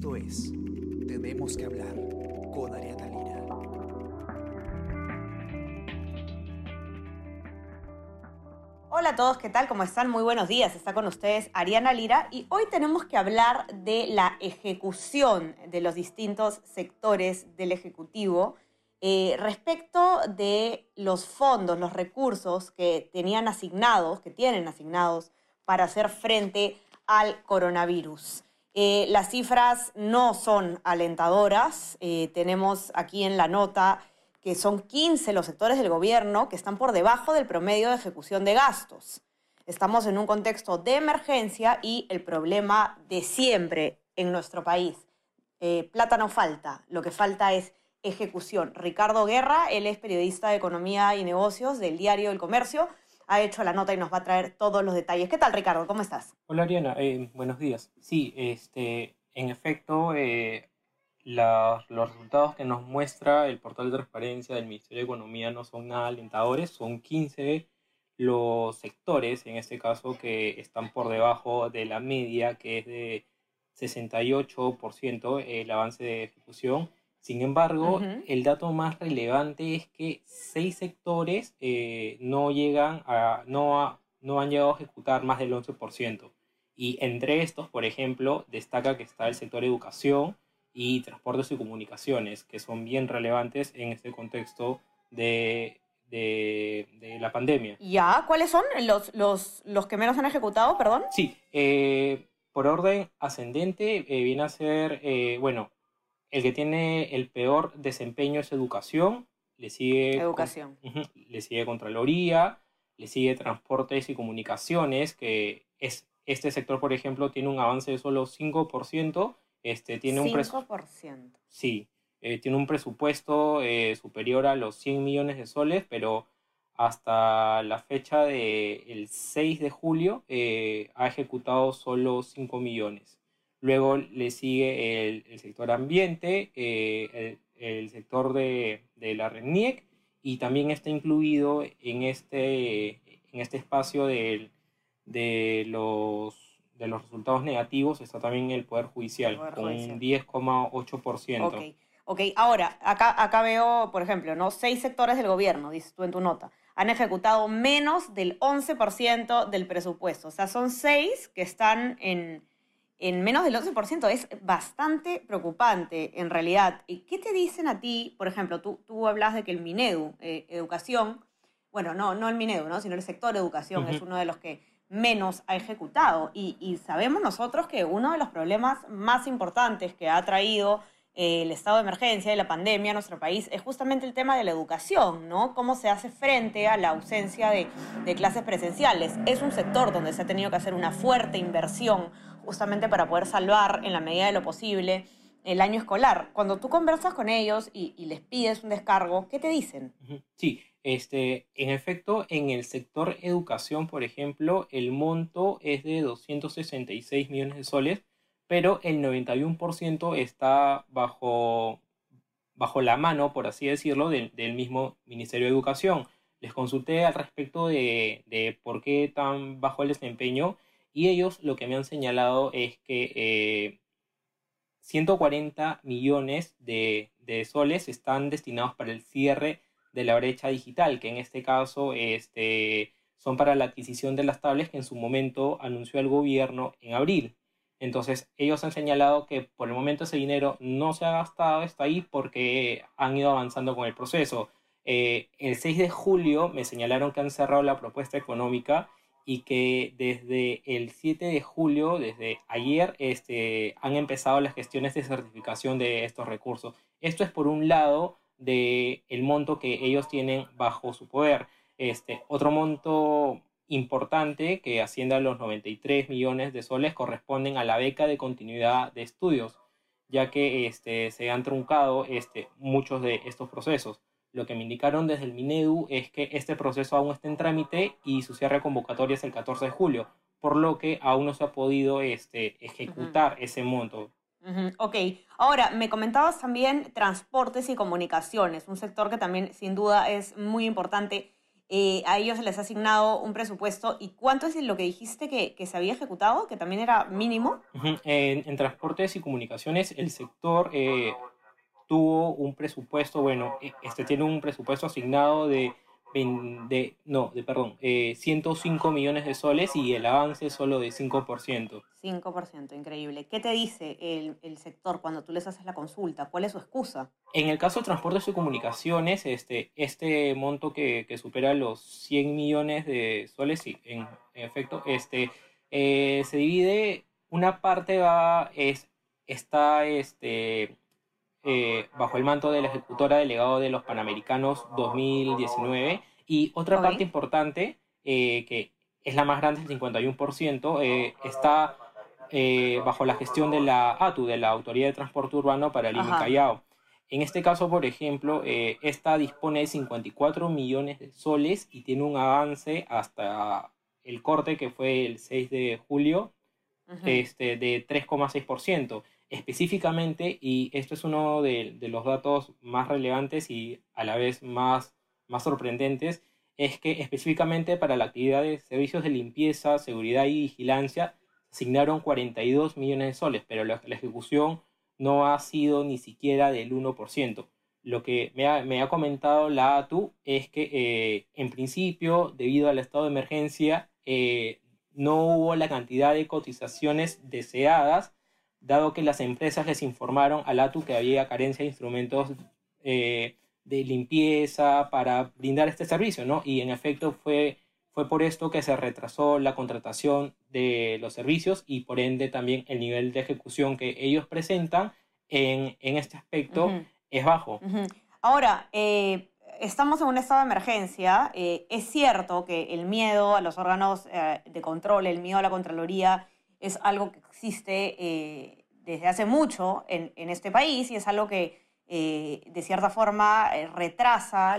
Esto es Tenemos que hablar con Ariana Lira. Hola a todos, ¿qué tal? ¿Cómo están? Muy buenos días. Está con ustedes Ariana Lira y hoy tenemos que hablar de la ejecución de los distintos sectores del Ejecutivo respecto de los fondos, los recursos que tienen asignados para hacer frente al coronavirus. Las cifras no son alentadoras. Tenemos aquí en la nota que son 15 los sectores del gobierno que están por debajo del promedio de ejecución de gastos. Estamos en un contexto de emergencia y el problema de siempre en nuestro país. Plata no falta, lo que falta es ejecución. Ricardo Guerra, él es periodista de Economía y Negocios del Diario El Comercio, ha hecho la nota y nos va a traer todos los detalles. ¿Qué tal, Ricardo? ¿Cómo estás? Hola Ariana, buenos días. Sí, en efecto, los resultados que nos muestra el portal de transparencia del Ministerio de Economía no son nada alentadores. Son 15 los sectores, en este caso, que están por debajo de la media, que es de 68% el avance de ejecución. Sin embargo, el dato más relevante es que 6 sectores no han llegado a ejecutar más del 11%. Y entre estos, por ejemplo, destaca que está el sector educación y transportes y comunicaciones, que son bien relevantes en este contexto de la pandemia. ¿Ya? ¿Cuáles son los que menos han ejecutado, perdón? Sí, por orden ascendente viene a ser, el que tiene el peor desempeño es educación, Educación. le sigue Contraloría, le sigue transportes y comunicaciones, que es este sector, por ejemplo, tiene un avance de solo 5%. Tiene 5%. Sí, tiene un presupuesto superior a los 100 millones de soles, pero hasta la fecha del 6 de julio ha ejecutado solo 5 millones. Luego le sigue el sector ambiente, el sector de la RENIEC, y también está incluido en este espacio de los resultados negativos, está también el Poder Judicial, con un 10,8%. Ok. Ahora, acá veo, por ejemplo, ¿no? 6 sectores del gobierno, dices tú en tu nota, han ejecutado menos del 11% del presupuesto. O sea, son 6 que están en menos del 11%. Es bastante preocupante, en realidad. ¿Y qué te dicen a ti? Por ejemplo, tú hablas de que el Minedu, educación, bueno, no el Minedu, ¿no? Sino el sector educación es uno de los que menos ha ejecutado. Y sabemos nosotros que uno de los problemas más importantes que ha traído el estado de emergencia y la pandemia a nuestro país es justamente el tema de la educación, ¿no? Cómo se hace frente a la ausencia de clases presenciales. Es un sector donde se ha tenido que hacer una fuerte inversión justamente para poder salvar en la medida de lo posible el año escolar. Cuando tú conversas con ellos y les pides un descargo, ¿qué te dicen? Sí, en efecto, en el sector educación, por ejemplo, el monto es de 266 millones de soles, pero el 91% está bajo la mano, por así decirlo, del mismo Ministerio de Educación. Les consulté al respecto de por qué tan bajo el desempeño, y ellos lo que me han señalado es que 140 millones de soles están destinados para el cierre de la brecha digital, que en este caso son para la adquisición de las tablets que en su momento anunció el gobierno en abril. Entonces, ellos han señalado que por el momento ese dinero no se ha gastado, está ahí porque han ido avanzando con el proceso. El 6 de julio me señalaron que han cerrado la propuesta económica y que desde el 7 de julio, desde ayer, han empezado las gestiones de certificación de estos recursos. Esto es por un lado del monto que ellos tienen bajo su poder. Otro monto importante que asciende a los 93 millones de soles corresponden a la beca de continuidad de estudios, ya que se han truncado muchos de estos procesos. Lo que me indicaron desde el Minedu es que este proceso aún está en trámite y su cierre de convocatoria es el 14 de julio, por lo que aún no se ha podido ejecutar ese monto. Ok, ahora me comentabas también transportes y comunicaciones, un sector que también sin duda es muy importante. a ellos se les ha asignado un presupuesto. ¿Y cuánto es lo que dijiste que se había ejecutado? Que también era mínimo. Ujú. En transportes y comunicaciones, el sector tuvo un presupuesto, bueno, tiene un presupuesto asignado de, 105 millones de soles y el avance es solo de 5%. 5%, increíble. ¿Qué te dice el sector cuando tú les haces la consulta? ¿Cuál es su excusa? En el caso de transportes y comunicaciones, este monto que supera los 100 millones de soles, sí, en efecto, se divide, una parte está bajo el manto de la ejecutora delegado de los Panamericanos 2019 y otra parte Ok. importante, que es la más grande, el 51%, está bajo la gestión de la ATU, de la Autoridad de Transporte Urbano para Lima y Ajá. Callao. En este caso, por ejemplo, esta dispone de 54 millones de soles y tiene un avance hasta el corte que fue el 6 de julio Ujú. de 3,6%. Específicamente, y esto es uno de los datos más relevantes y a la vez más sorprendentes, es que específicamente para la actividad de servicios de limpieza, seguridad y vigilancia asignaron 42 millones de soles, pero la ejecución no ha sido ni siquiera del 1%. Lo que me ha comentado la ATU es que en principio, debido al estado de emergencia, no hubo la cantidad de cotizaciones deseadas, dado que las empresas les informaron a la ATU que había carencia de instrumentos de limpieza para brindar este servicio, ¿no? Y en efecto fue por esto que se retrasó la contratación de los servicios y por ende también el nivel de ejecución que ellos presentan en este aspecto Ujú. es bajo. Ujú. Ahora, estamos en un estado de emergencia. Es cierto que el miedo a los órganos de control, el miedo a la Contraloría, es algo que existe desde hace mucho en este país y es algo que de cierta forma retrasa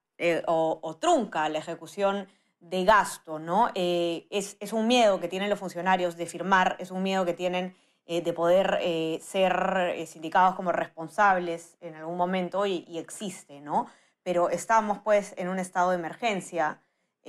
o trunca la ejecución de gasto, ¿no? Es un miedo que tienen los funcionarios de firmar, es un miedo que tienen de poder ser sindicados como responsables en algún momento y existe, ¿no? Pero estamos pues en un estado de emergencia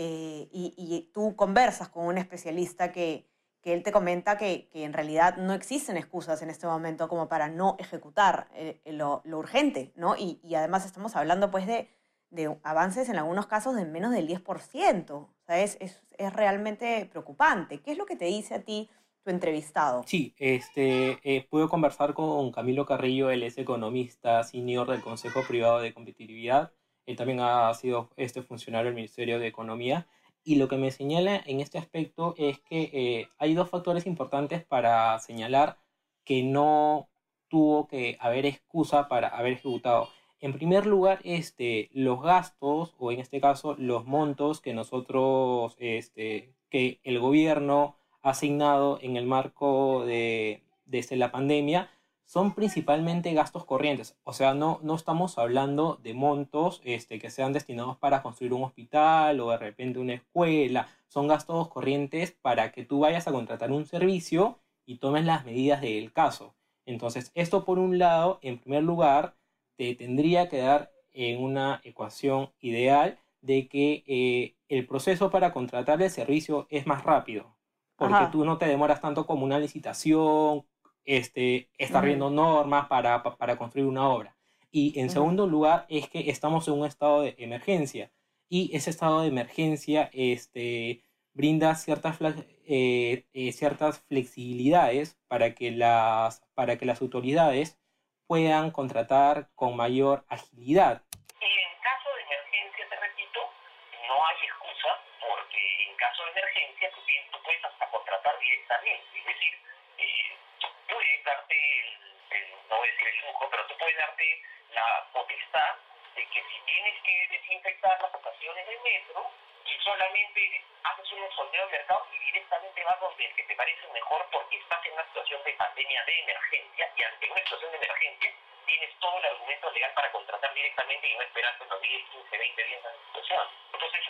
y tú conversas con un especialista que él te comenta que en realidad no existen excusas en este momento como para no ejecutar lo urgente, ¿no? Y además estamos hablando pues de avances en algunos casos de menos del 10%. O sea, es realmente preocupante. ¿Qué es lo que te dice a ti tu entrevistado? Sí, pude conversar con Camilo Carrillo, él es economista senior del Consejo Privado de Competitividad, él también ha sido funcionario del Ministerio de Economía, y lo que me señala en este aspecto es que hay dos factores importantes para señalar que no tuvo que haber excusa para haber ejecutado. En primer lugar, los gastos, o en este caso los montos que nosotros, que el gobierno asignado en el marco desde la pandemia son principalmente gastos corrientes. O sea, no estamos hablando de montos que sean destinados para construir un hospital o de repente una escuela. Son gastos corrientes para que tú vayas a contratar un servicio y tomes las medidas del caso. Entonces, esto por un lado, en primer lugar, te tendría que dar en una ecuación ideal de que el proceso para contratar el servicio es más rápido porque Ajá. tú no te demoras tanto como una licitación, estás Ujú, viendo normas para construir una obra. Y en ujú. segundo lugar, es que estamos en un estado de emergencia. Y ese estado de emergencia brinda ciertas flexibilidades para que las autoridades puedan contratar con mayor agilidad. Y en caso de emergencia, te repito, no hay excusa porque en caso de emergencia tú puedes hasta contratar directamente. Es decir, tú puedes darte, no voy a decir el lujo, pero tú puedes darte la potestad de que si tienes que desinfectar las estaciones del metro y solamente haces un sondeo de mercado y directamente vas donde el que te parece mejor porque estás en una situación de pandemia de emergencia y ante una situación de emergencia tienes todo el argumento legal para contratar directamente y no esperarte unos 10, 15, 20 días en la situación. Entonces,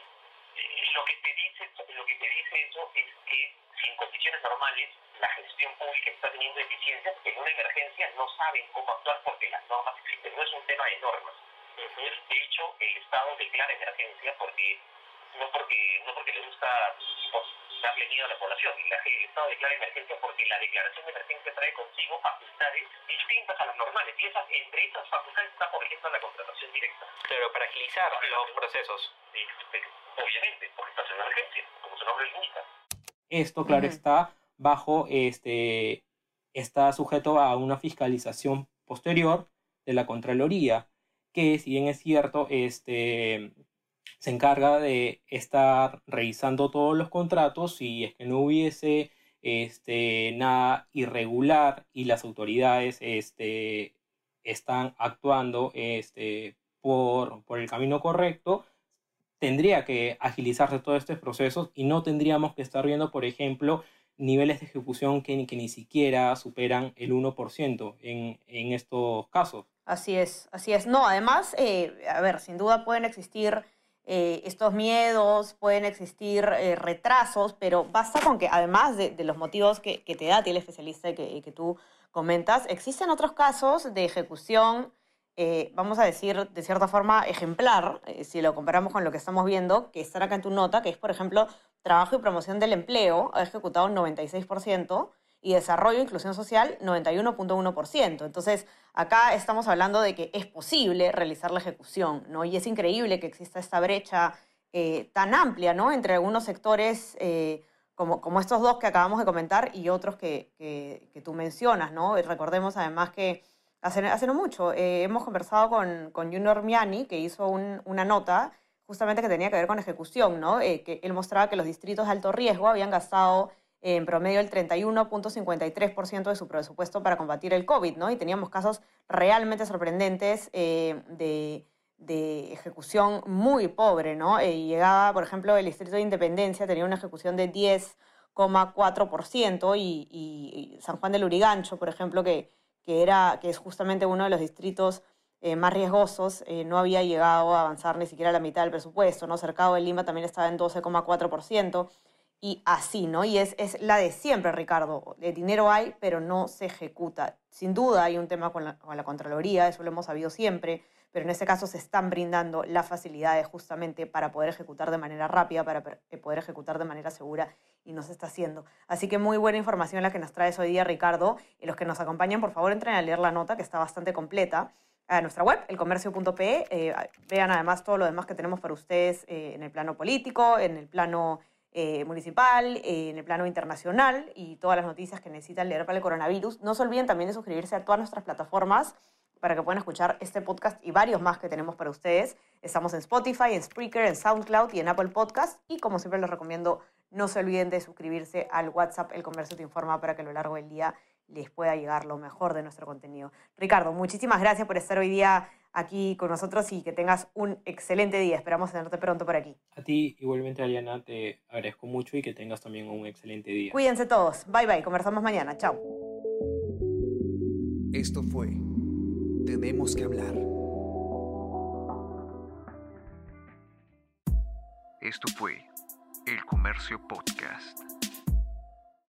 lo que te dice eso es que si en condiciones normales la gestión pública está teniendo deficiencias, en una emergencia no saben cómo actuar porque las normas existen. No es un tema de normas. De hecho, el Estado declara emergencia porque no porque le gusta darle miedo a la población. El Estado declara emergencia porque la declaración de emergencia trae consigo facultades distintas a las normales, y entre esas facultades está, por ejemplo, la contratación directa. Claro, para agilizar los procesos. Obviamente, porque está en emergencia, como su nombre lo indica. Esto, claro, está bajo, está sujeto a una fiscalización posterior de la Contraloría, que si bien es cierto, se encarga de estar revisando todos los contratos si es que no hubiese nada irregular y las autoridades están actuando por el camino correcto. Tendría que agilizarse todos estos procesos y no tendríamos que estar viendo, por ejemplo, niveles de ejecución que ni siquiera superan el 1% en estos casos. Así es, así es. No, además, a ver, sin duda pueden existir estos miedos, pueden existir retrasos, pero basta con que, además de los motivos que te da a ti el especialista y que tú comentas, existen otros casos de ejecución, vamos a decir, de cierta forma ejemplar, si lo comparamos con lo que estamos viendo, que están acá en tu nota, que es, por ejemplo, trabajo y promoción del empleo, ha ejecutado un 96%, y desarrollo e inclusión social 91.1%. Entonces, acá estamos hablando de que es posible realizar la ejecución, ¿no? Y es increíble que exista esta brecha tan amplia, ¿no? Entre algunos sectores como estos dos que acabamos de comentar y otros que tú mencionas, ¿no? Y recordemos además que hace no mucho hemos conversado con Junior Miani, que hizo una nota justamente que tenía que ver con ejecución, ¿no? Que él mostraba que los distritos de alto riesgo habían gastado en promedio el 31.53% de su presupuesto para combatir el COVID, ¿no? Y teníamos casos realmente sorprendentes de ejecución muy pobre, ¿no? Llegaba, por ejemplo, el Distrito de Independencia tenía una ejecución de 10,4% y San Juan del Lurigancho, por ejemplo, que es justamente uno de los distritos más riesgosos, no había llegado a avanzar ni siquiera la mitad del presupuesto, ¿no? Cercado de Lima también estaba en 12,4%. Y así, ¿no? Y es la de siempre, Ricardo. El dinero hay, pero no se ejecuta. Sin duda hay un tema con la Contraloría, eso lo hemos sabido siempre, pero en este caso se están brindando las facilidades justamente para poder ejecutar de manera rápida, para poder ejecutar de manera segura, y no se está haciendo. Así que muy buena información la que nos traes hoy día, Ricardo. Y los que nos acompañan, por favor, entren a leer la nota, que está bastante completa, a nuestra web, elcomercio.pe. Vean además todo lo demás que tenemos para ustedes en el plano político, en el plano municipal, en el plano internacional, y todas las noticias que necesitan leer para el coronavirus. No se olviden también de suscribirse a todas nuestras plataformas para que puedan escuchar este podcast y varios más que tenemos para ustedes. Estamos en Spotify, en Spreaker, en SoundCloud y en Apple Podcast. Y como siempre les recomiendo, no se olviden de suscribirse al WhatsApp El Comercio Te Informa para que a lo largo del día les pueda llegar lo mejor de nuestro contenido. Ricardo, muchísimas gracias por estar hoy día aquí con nosotros y que tengas un excelente día. Esperamos tenerte pronto por aquí. A ti, igualmente, Ariana, te agradezco mucho y que tengas también un excelente día. Cuídense todos. Bye, bye. Conversamos mañana. Chao. Esto fue Tenemos que hablar. Esto fue El Comercio Podcast.